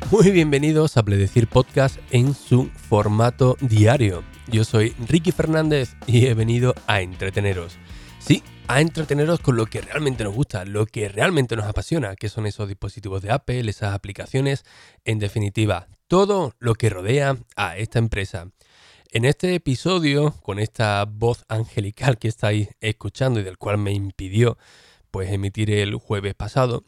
Muy bienvenidos a Pledecir Podcast en su formato diario. Yo soy Ricky Fernández y he venido a entreteneros. Sí, a entreteneros con lo que realmente nos gusta, lo que realmente nos apasiona, que son esos dispositivos de Apple, esas aplicaciones, en definitiva, todo lo que rodea a esta empresa. En este episodio, con esta voz angelical que estáis escuchando y del cual me impidió pues emitir el jueves pasado,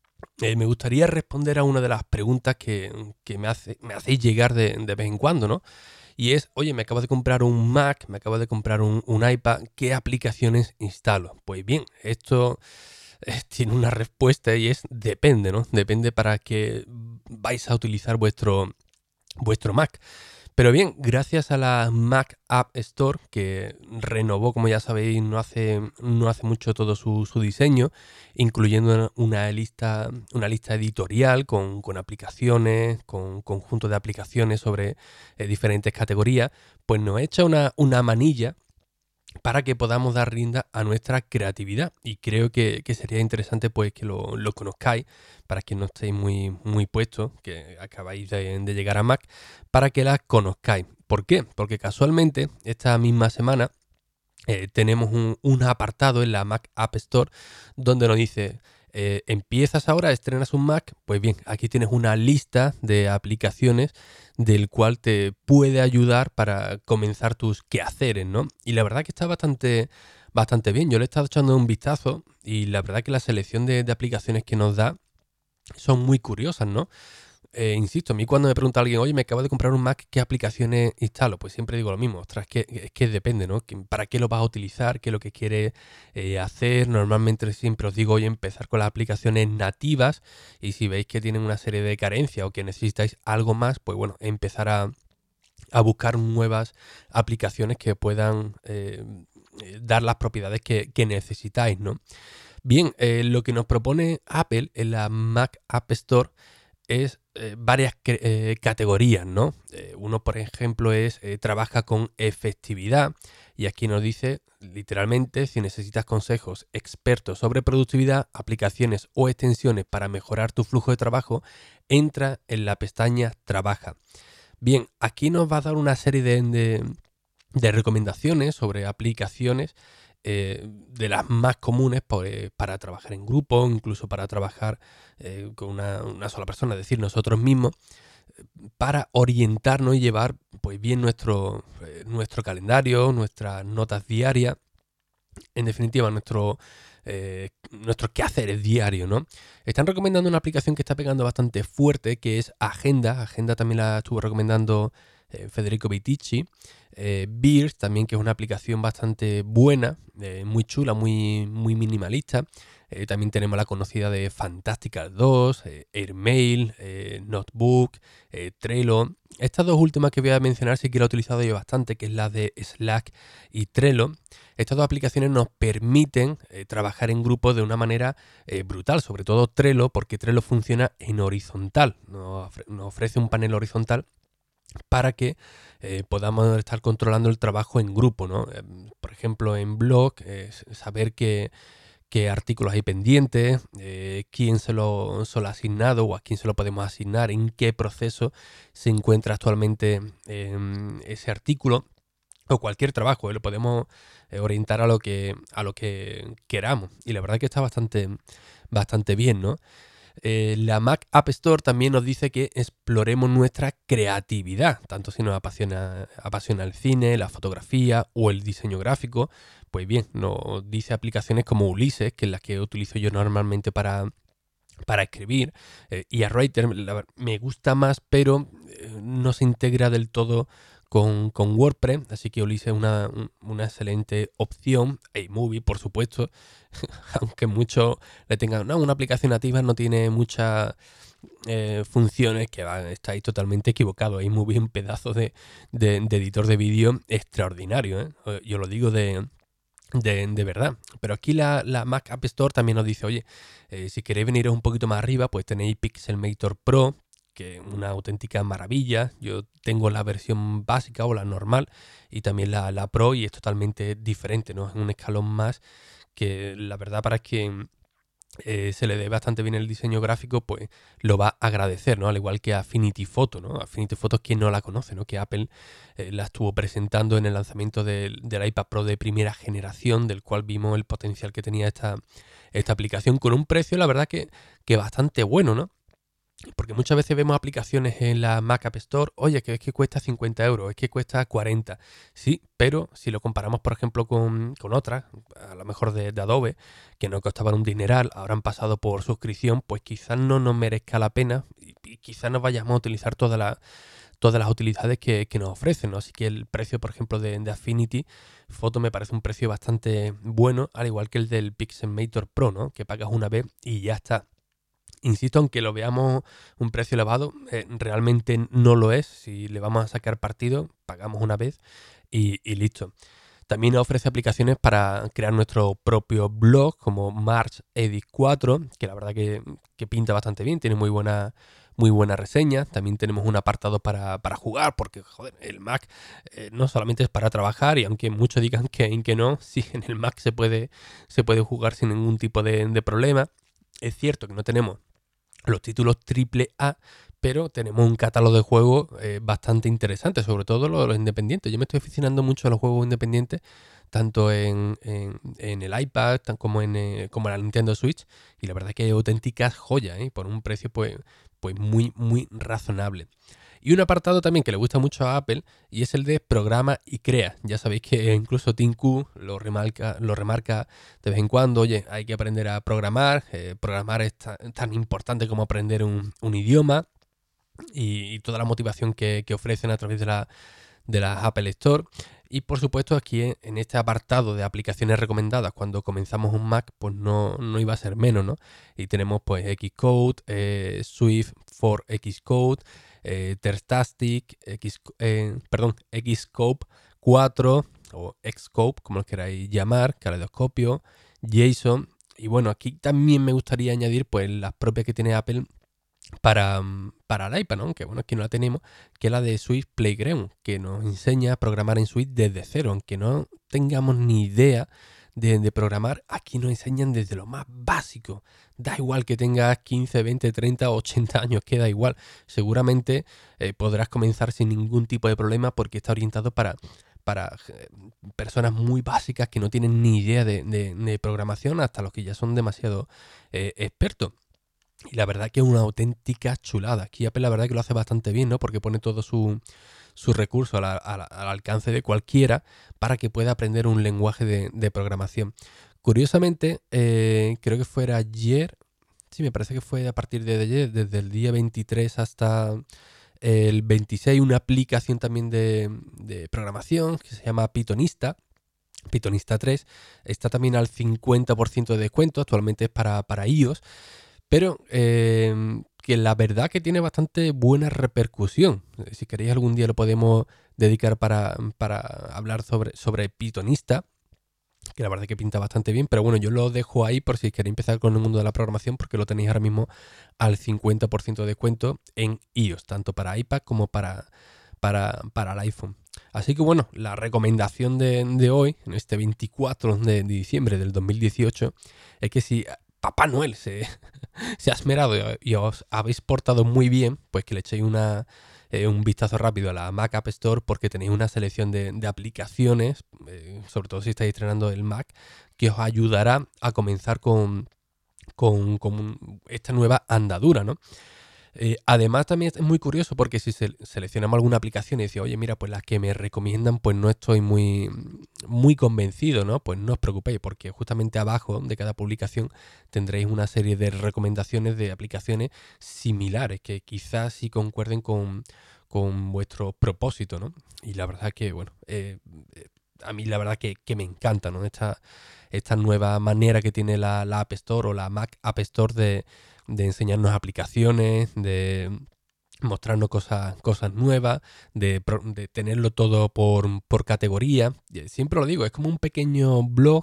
me gustaría responder a una de las preguntas que me hacéis llegar de vez en cuando, ¿no? Y es, oye, me acabo de comprar un Mac, me acabo de comprar un iPad, ¿qué aplicaciones instalo? Pues bien, esto tiene una respuesta y es depende, ¿no? Depende para qué vais a utilizar vuestro Mac. Pero bien, gracias a la Mac App Store, que renovó, como ya sabéis, no hace mucho todo su diseño, incluyendo una lista editorial con aplicaciones, con conjuntos de aplicaciones sobre diferentes categorías, pues nos echa una manilla para que podamos dar rienda a nuestra creatividad. Y creo que sería interesante pues que lo conozcáis, para que no estéis muy puestos, que acabáis de llegar a Mac, para que la conozcáis. ¿Por qué? Porque casualmente esta misma semana tenemos un apartado en la Mac App Store donde nos dice, empiezas ahora, estrenas un Mac, pues bien, aquí tienes una lista de aplicaciones del cual te puede ayudar para comenzar tus quehaceres, ¿no? Y la verdad que está bastante bien. Yo le he estado echando un vistazo y la verdad que la selección de aplicaciones que nos da son muy curiosas, ¿no? Insisto, a mí cuando me pregunta alguien, oye, me acabo de comprar un Mac, ¿qué aplicaciones instalo? Pues siempre digo lo mismo, ostras, es que depende, ¿no? ¿Para qué lo vas a utilizar? ¿Qué es lo que quieres hacer? Normalmente siempre os digo, oye, empezar con las aplicaciones nativas, y si veis que tienen una serie de carencias o que necesitáis algo más, pues bueno, empezar a buscar nuevas aplicaciones que puedan dar las propiedades que necesitáis, ¿no? Bien, lo que nos propone Apple en la Mac App Store es varias categorías, ¿no? Uno, por ejemplo, es trabaja con efectividad, y aquí nos dice literalmente, si necesitas consejos expertos sobre productividad, aplicaciones o extensiones para mejorar tu flujo de trabajo, entra en la pestaña Trabaja. Bien, aquí nos va a dar una serie de recomendaciones sobre aplicaciones de las más comunes para trabajar en grupo, incluso para trabajar con una sola persona, es decir, nosotros mismos, para orientarnos y llevar pues bien nuestro calendario, nuestras notas diarias, en definitiva nuestros quehaceres diarios, ¿no? Están recomendando una aplicación que está pegando bastante fuerte, que es Agenda. Agenda también la estuvo recomendando Federico Vitici. Beers también, que es una aplicación bastante buena, muy chula, muy minimalista. También tenemos la conocida de Fantastical 2, Airmail, Notebook, Trello. Estas dos últimas que voy a mencionar sí que la he utilizado yo bastante, que es la de Slack y Trello. Estas dos aplicaciones nos permiten trabajar en grupo de una manera brutal, sobre todo Trello, porque Trello funciona en horizontal, nos ofrece un panel horizontal para que podamos estar controlando el trabajo en grupo, ¿no? Por ejemplo, en blog, saber qué artículos hay pendientes, quién se lo ha asignado o a quién se lo podemos asignar, en qué proceso se encuentra actualmente ese artículo, o cualquier trabajo, lo podemos orientar a lo que queramos. Y la verdad que está bastante bien, ¿no? La Mac App Store también nos dice que exploremos nuestra creatividad, tanto si nos apasiona el cine, la fotografía o el diseño gráfico. Pues bien, nos dice aplicaciones como Ulises, que es la que utilizo yo normalmente para escribir, y a Writer me gusta más, pero no se integra del todo con WordPress, así que Ulises es una excelente opción. iMovie, por supuesto, aunque muchos le tengan, no, una aplicación nativa no tiene muchas funciones, estáis totalmente equivocados. iMovie es un pedazo de editor de vídeo extraordinario, ¿eh? Yo lo digo de verdad. Pero aquí la Mac App Store también nos dice, oye, si queréis veniros un poquito más arriba, pues tenéis Pixelmator Pro, que es una auténtica maravilla. Yo tengo la versión básica o la normal, y también la Pro, y es totalmente diferente, ¿no? Es un escalón más, que la verdad, para que se le dé bastante bien el diseño gráfico, pues lo va a agradecer, ¿no? Al igual que Affinity Photo, ¿no? Affinity Photo es quien no la conoce, ¿no? Que Apple la estuvo presentando en el lanzamiento del iPad Pro de primera generación, del cual vimos el potencial que tenía esta aplicación con un precio, la verdad que bastante bueno, ¿no? Porque muchas veces vemos aplicaciones en la Mac App Store, oye, que es que cuesta 50 euros, es que cuesta 40. Sí, pero si lo comparamos, por ejemplo, con otras, a lo mejor de Adobe, que no costaban un dineral, ahora han pasado por suscripción, pues quizás no nos merezca la pena y quizás no vayamos a utilizar todas las utilidades que nos ofrecen, ¿no? Así que el precio, por ejemplo, de Affinity Photo me parece un precio bastante bueno, al igual que el del Pixelmator Pro, ¿no? Que pagas una vez y ya está. Insisto, aunque lo veamos un precio elevado, realmente no lo es. Si le vamos a sacar partido, pagamos una vez y listo. También ofrece aplicaciones para crear nuestro propio blog, como March Edit 4, que la verdad que pinta bastante bien, tiene muy buena reseña. También tenemos un apartado para jugar, porque joder, el Mac no solamente es para trabajar, y aunque muchos digan que no, sí, en el Mac se puede jugar sin ningún tipo de problema. Es cierto que no tenemos los títulos triple A, pero tenemos un catálogo de juegos bastante interesante, sobre todo los independientes. Yo me estoy aficionando mucho a los juegos independientes, tanto en el iPad como como en la Nintendo Switch, y la verdad que hay auténticas joyas, por un precio pues muy razonable. Y un apartado también que le gusta mucho a Apple y es el de programa y crea. Ya sabéis que incluso Tim Cook lo remarca de vez en cuando. Oye, hay que aprender a programar. Programar es tan importante como aprender un idioma y toda la motivación que ofrecen a través de la Apple Store. Y por supuesto aquí en este apartado de aplicaciones recomendadas cuando comenzamos un Mac, pues no iba a ser menos, ¿no? Y tenemos pues Xcode, Swift for Xcode, Terstastic, Xscope 4 o Xscope, como lo queráis llamar, Caleidoscopio, JSON. Y bueno, aquí también me gustaría añadir pues las propias que tiene Apple para el iPad, ¿no? Aunque bueno, aquí no la tenemos, que es la de Swift Playground, que nos enseña a programar en Swift desde cero, aunque no tengamos ni idea de programar, aquí nos enseñan desde lo más básico. Da igual que tengas 15, 20, 30 o 80 años, queda igual. Seguramente podrás comenzar sin ningún tipo de problema porque está orientado para personas muy básicas que no tienen ni idea de programación, hasta los que ya son demasiado expertos. Y la verdad que es una auténtica chulada. Aquí Apple la verdad que lo hace bastante bien, ¿no? Porque pone todo su recurso al alcance de cualquiera para que pueda aprender un lenguaje de programación. Curiosamente, creo que fue ayer, sí, me parece que fue a partir de ayer, desde el día 23 hasta el 26, una aplicación también de programación que se llama Pythonista 3. Está también al 50% de descuento, actualmente es para iOS. Pero que la verdad que tiene bastante buena repercusión. Si queréis algún día lo podemos dedicar para hablar sobre Pythonista, que la verdad que pinta bastante bien. Pero bueno, yo lo dejo ahí por si queréis empezar con el mundo de la programación, porque lo tenéis ahora mismo al 50% de descuento en iOS, tanto para iPad como para el iPhone. Así que bueno, la recomendación de hoy, en este 24 de diciembre del 2018, es que si Papá Noel se ha esmerado y os habéis portado muy bien, pues que le echéis un vistazo rápido a la Mac App Store, porque tenéis una selección de aplicaciones, sobre todo si estáis estrenando el Mac, que os ayudará a comenzar con esta nueva andadura, ¿no? Además también es muy curioso porque si seleccionamos alguna aplicación y decimos, oye, mira, pues las que me recomiendan pues no estoy muy convencido, ¿no? Pues no os preocupéis porque justamente abajo de cada publicación tendréis una serie de recomendaciones de aplicaciones similares que quizás sí concuerden con vuestro propósito, ¿no? Y la verdad que, bueno, a mí la verdad que me encanta, ¿no? Esta nueva manera que tiene la App Store o la Mac App Store de enseñarnos aplicaciones, de mostrarnos cosas nuevas, de tenerlo todo por categoría. Siempre lo digo, es como un pequeño blog,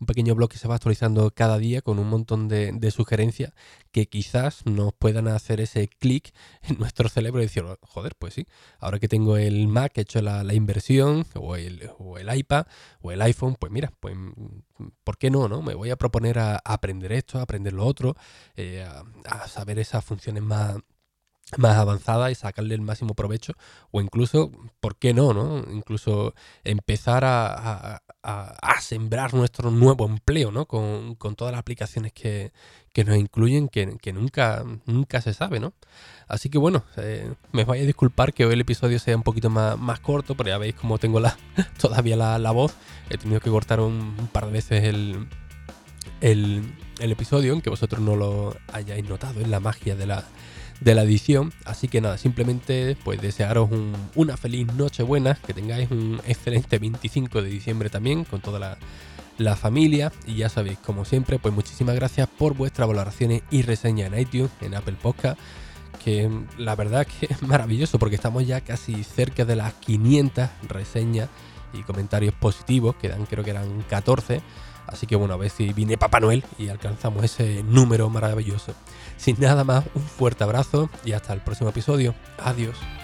un pequeño blog que se va actualizando cada día con un montón de sugerencias que quizás nos puedan hacer ese clic en nuestro cerebro y decir, joder, pues sí, ahora que tengo el Mac, he hecho la inversión, o el iPad, o el iPhone, pues mira, pues ¿por qué no? Me voy a proponer a aprender esto, a aprender lo otro, a saber esas funciones más avanzada y sacarle el máximo provecho, o incluso, ¿por qué no? Incluso empezar a sembrar nuestro nuevo empleo, ¿no? Con todas las aplicaciones que nos incluyen, que nunca se sabe, ¿no? Así que bueno, me vais a disculpar que hoy el episodio sea un poquito más corto, pero ya veis cómo tengo todavía la voz. He tenido que cortar un par de veces el episodio, aunque vosotros no lo hayáis notado, es la magia de la edición. Así que nada, simplemente pues desearos una feliz Nochebuena, que tengáis un excelente 25 de diciembre también con toda la familia, y ya sabéis, como siempre, pues muchísimas gracias por vuestras valoraciones y reseñas en iTunes, en Apple Podcast, que la verdad que es maravilloso porque estamos ya casi cerca de las 500 reseñas y comentarios positivos, creo que eran 14. Así que bueno, a ver si viene Papá Noel y alcanzamos ese número maravilloso. Sin nada más, un fuerte abrazo y hasta el próximo episodio. Adiós.